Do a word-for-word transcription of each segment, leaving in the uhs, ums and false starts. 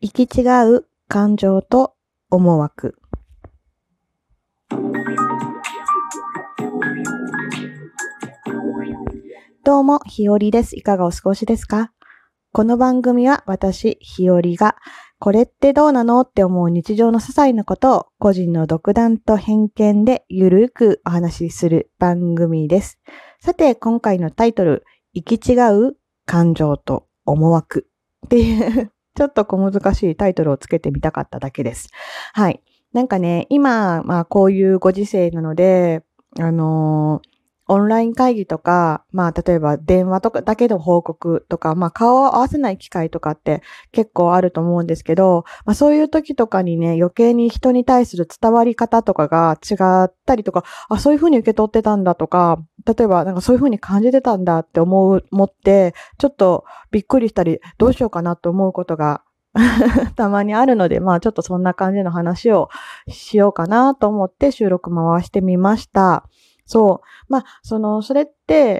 行き違う感情と思惑。どうも、ひよりです。いかがお過ごしですか？この番組は私、ひよりが、これってどうなのって思う日常の些細なことを個人の独断と偏見でゆるくお話しする番組です。さて、今回のタイトル、行き違う感情と思惑っていうちょっと小難しいタイトルをつけてみたかっただけです。はい。なんかね、今、まあこういうご時世なので、あのーオンライン会議とか、まあ例えば電話とかだけの報告とか、まあ顔を合わせない機会とかって結構あると思うんですけど、まあそういう時とかにね、余計に人に対する伝わり方とかが違ったりとか、あ、そういう風に受け取ってたんだとか、例えばなんかそういう風に感じてたんだって思う、思って、ちょっとびっくりしたり、どうしようかなと思うことがたまにあるので、まあちょっとそんな感じの話をしようかなと思って収録回してみました。そう。まあ、その、それって、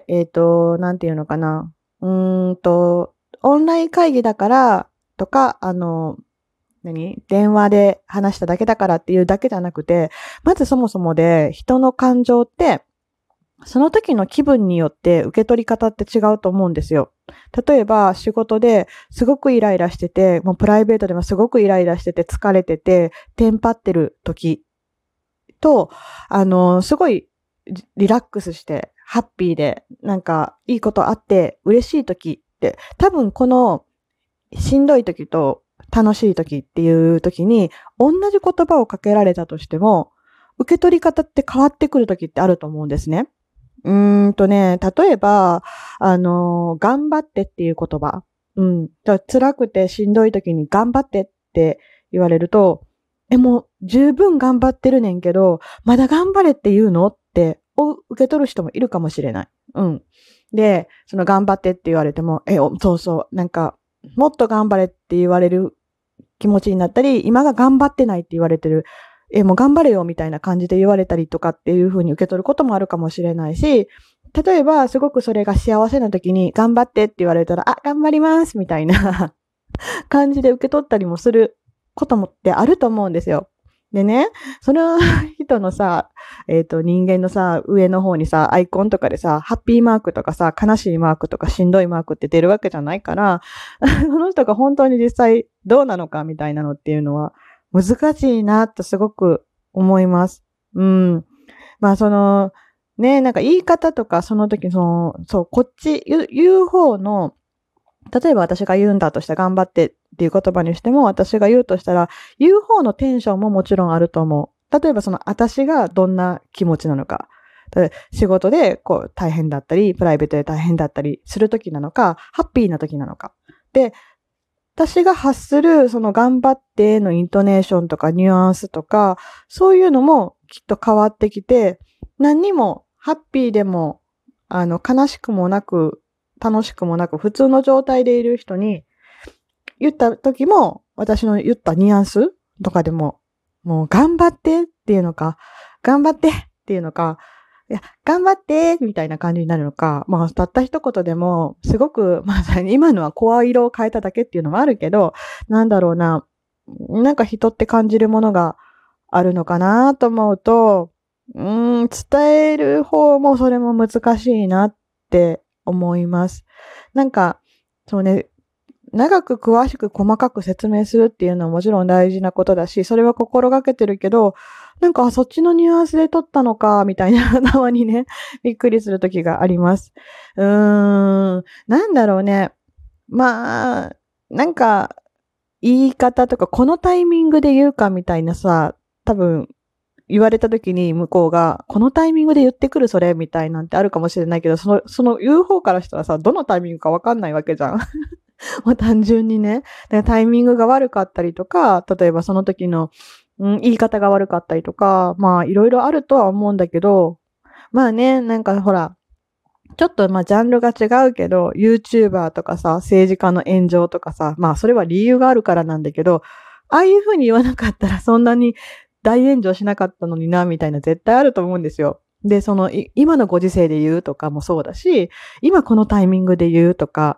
えっと、なんていうのかな。うーんと、オンライン会議だからとか、あの、何電話で話しただけだからっていうだけじゃなくて、まずそもそもで人の感情って、その時の気分によって受け取り方って違うと思うんですよ。例えば仕事ですごくイライラしてて、もうプライベートでもすごくイライラしてて疲れてて、テンパってる時と、あの、すごいリラックスして、ハッピーで、なんか、いいことあって、嬉しい時って、多分この、しんどい時と楽しい時っていう時に、同じ言葉をかけられたとしても、受け取り方って変わってくる時ってあると思うんですね。うーんとね、例えば、あの、頑張ってっていう言葉。うん。辛くてしんどい時に頑張ってって言われると、え、もう十分頑張ってるねんけど、まだ頑張れって言うのって受け取る人もいるかもしれない。うん。で、その頑張ってって言われても、え、そうそう、なんか、もっと頑張れって言われる気持ちになったり、今が頑張ってないって言われてる、え、もう頑張れよみたいな感じで言われたりとかっていう風に受け取ることもあるかもしれないし、例えばすごくそれが幸せな時に頑張ってって言われたら、あ、頑張りますみたいな感じで受け取ったりもすることもってあると思うんですよ。でね、その人のさ、えっと、人間のさ、上の方にさ、アイコンとかでさ、ハッピーマークとかさ、悲しいマークとかしんどいマークって出るわけじゃないから、その人が本当に実際どうなのかみたいなのっていうのは難しいなとすごく思います。うん。まあその、ね、なんか言い方とかその時その、そう、こっち言う、言う方の、例えば私が言うんだとしたら頑張ってっていう言葉にしても私が言うとしたら言う方のテンションももちろんあると思う。例えばその私がどんな気持ちなのか。仕事でこう大変だったり、プライベートで大変だったりするときなのか、ハッピーなときなのか。で、私が発するその頑張ってのイントネーションとかニュアンスとか、そういうのもきっと変わってきて、何にもハッピーでも、あの、悲しくもなく、楽しくもなく、普通の状態でいる人に言った時も、私の言ったニュアンスとかでも、もう頑張ってっていうのか、頑張ってっていうのか、いや、頑張ってみたいな感じになるのか、まあ、たった一言でも、すごく、まあ、今のは声色を変えただけっていうのもあるけど、なんだろうな、なんか人って感じるものがあるのかなと思うと、うーん、伝える方もそれも難しいなって思います。なんか、そうね、長く詳しく細かく説明するっていうのはもちろん大事なことだし、それは心がけてるけど、なんかそっちのニュアンスで撮ったのか、みたいなたまにね、びっくりする時があります。うーん、なんだろうね。まあ、なんか、言い方とか、このタイミングで言うかみたいなさ、多分、言われた時に向こうが、このタイミングで言ってくるそれみたいなんてあるかもしれないけど、その、その言う方からしたらさ、どのタイミングかわかんないわけじゃん。もう単純にね。タイミングが悪かったりとか、例えばその時の、うん、言い方が悪かったりとか、まあいろいろあるとは思うんだけど、まあね、なんかほら、ちょっとまあジャンルが違うけど、YouTuber とかさ、政治家の炎上とかさ、まあそれは理由があるからなんだけど、ああいう風に言わなかったらそんなに大炎上しなかったのにな、みたいな絶対あると思うんですよ。で、その、今のご時世で言うとかもそうだし、今このタイミングで言うとか、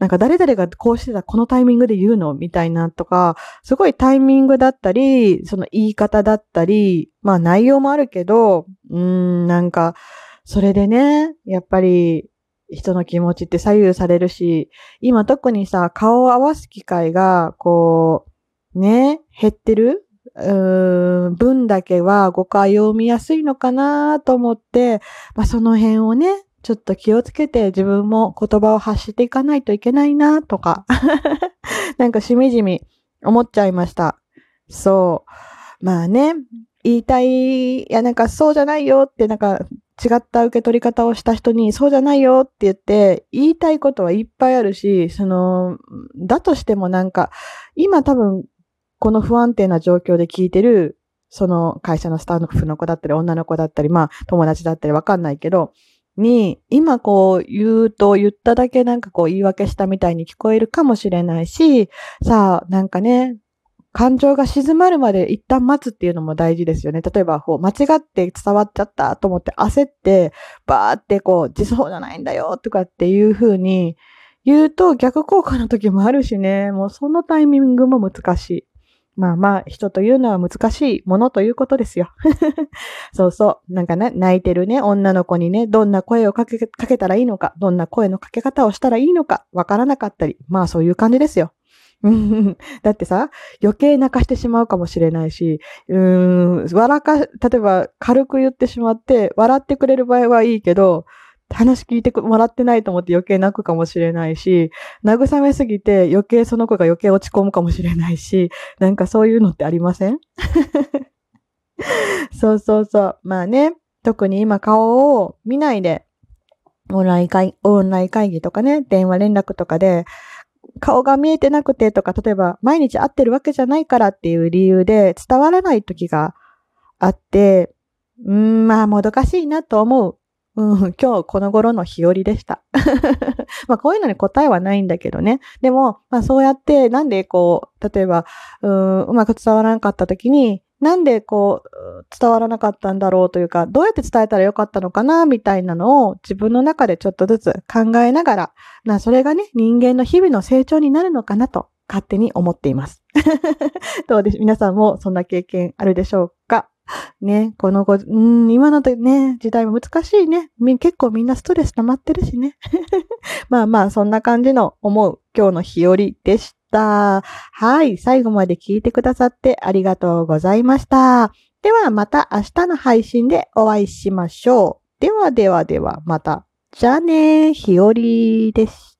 なんか誰々がこうしてたこのタイミングで言うのみたいなとか、すごいタイミングだったり、その言い方だったり、まあ内容もあるけど、うーん、なんか、それでね、やっぱり人の気持ちって左右されるし、今特にさ、顔を合わす機会が、こう、ね、減ってるうーん分だけは誤解を生みやすいのかなと思って、まあその辺をね、ちょっと気をつけて自分も言葉を発していかないといけないなとか、なんかしみじみ思っちゃいました。そう。まあね、言いたい、いやなんかそうじゃないよってなんか違った受け取り方をした人にそうじゃないよって言って言いたいことはいっぱいあるし、その、だとしてもなんか今多分この不安定な状況で聞いてるその会社のスタッフの子だったり女の子だったりまあ友達だったりわかんないけど、に、今こう言うと言っただけなんかこう言い訳したみたいに聞こえるかもしれないし、さあなんかね、感情が静まるまで一旦待つっていうのも大事ですよね。例えばこう間違って伝わっちゃったと思って焦って、バーってこう実そうじゃないんだよとかっていう風に言うと逆効果の時もあるしね、もうそのタイミングも難しい。まあまあ、人というのは難しいものということですよ。そうそう。なんかね、泣いてるね、女の子にね、どんな声をかけ、かけたらいいのか、どんな声のかけ方をしたらいいのか、わからなかったり、まあそういう感じですよ。だってさ、余計泣かしてしまうかもしれないし、うーん、笑か、例えば軽く言ってしまって、笑ってくれる場合はいいけど、話聞いてもらってないと思って余計泣くかもしれないし、慰めすぎて余計その子が余計落ち込むかもしれないし、なんかそういうのってありません？そうそうそう。まあね、特に今顔を見ないで、オンライン会、オンライン会議とかね、電話連絡とかで、顔が見えてなくてとか、例えば毎日会ってるわけじゃないからっていう理由で伝わらない時があって、うーん、まあもどかしいなと思う。うん、今日この頃の日和でした。まあこういうのに答えはないんだけどね。でも、まあそうやってなんでこう、例えば、うーん、うまく伝わらなかった時に、なんでこう、伝わらなかったんだろうというか、どうやって伝えたらよかったのかな、みたいなのを自分の中でちょっとずつ考えながら、なそれがね、人間の日々の成長になるのかなと、勝手に思っています。どうでしょう？皆さんもそんな経験あるでしょうか？ね、このご、うん、今のね、時代も難しいね。結構みんなストレス溜まってるしね。まあまあ、そんな感じの思う今日の日和でした。はい。最後まで聞いてくださってありがとうございました。ではまた明日の配信でお会いしましょう。ではではではまた。じゃあね、日和です。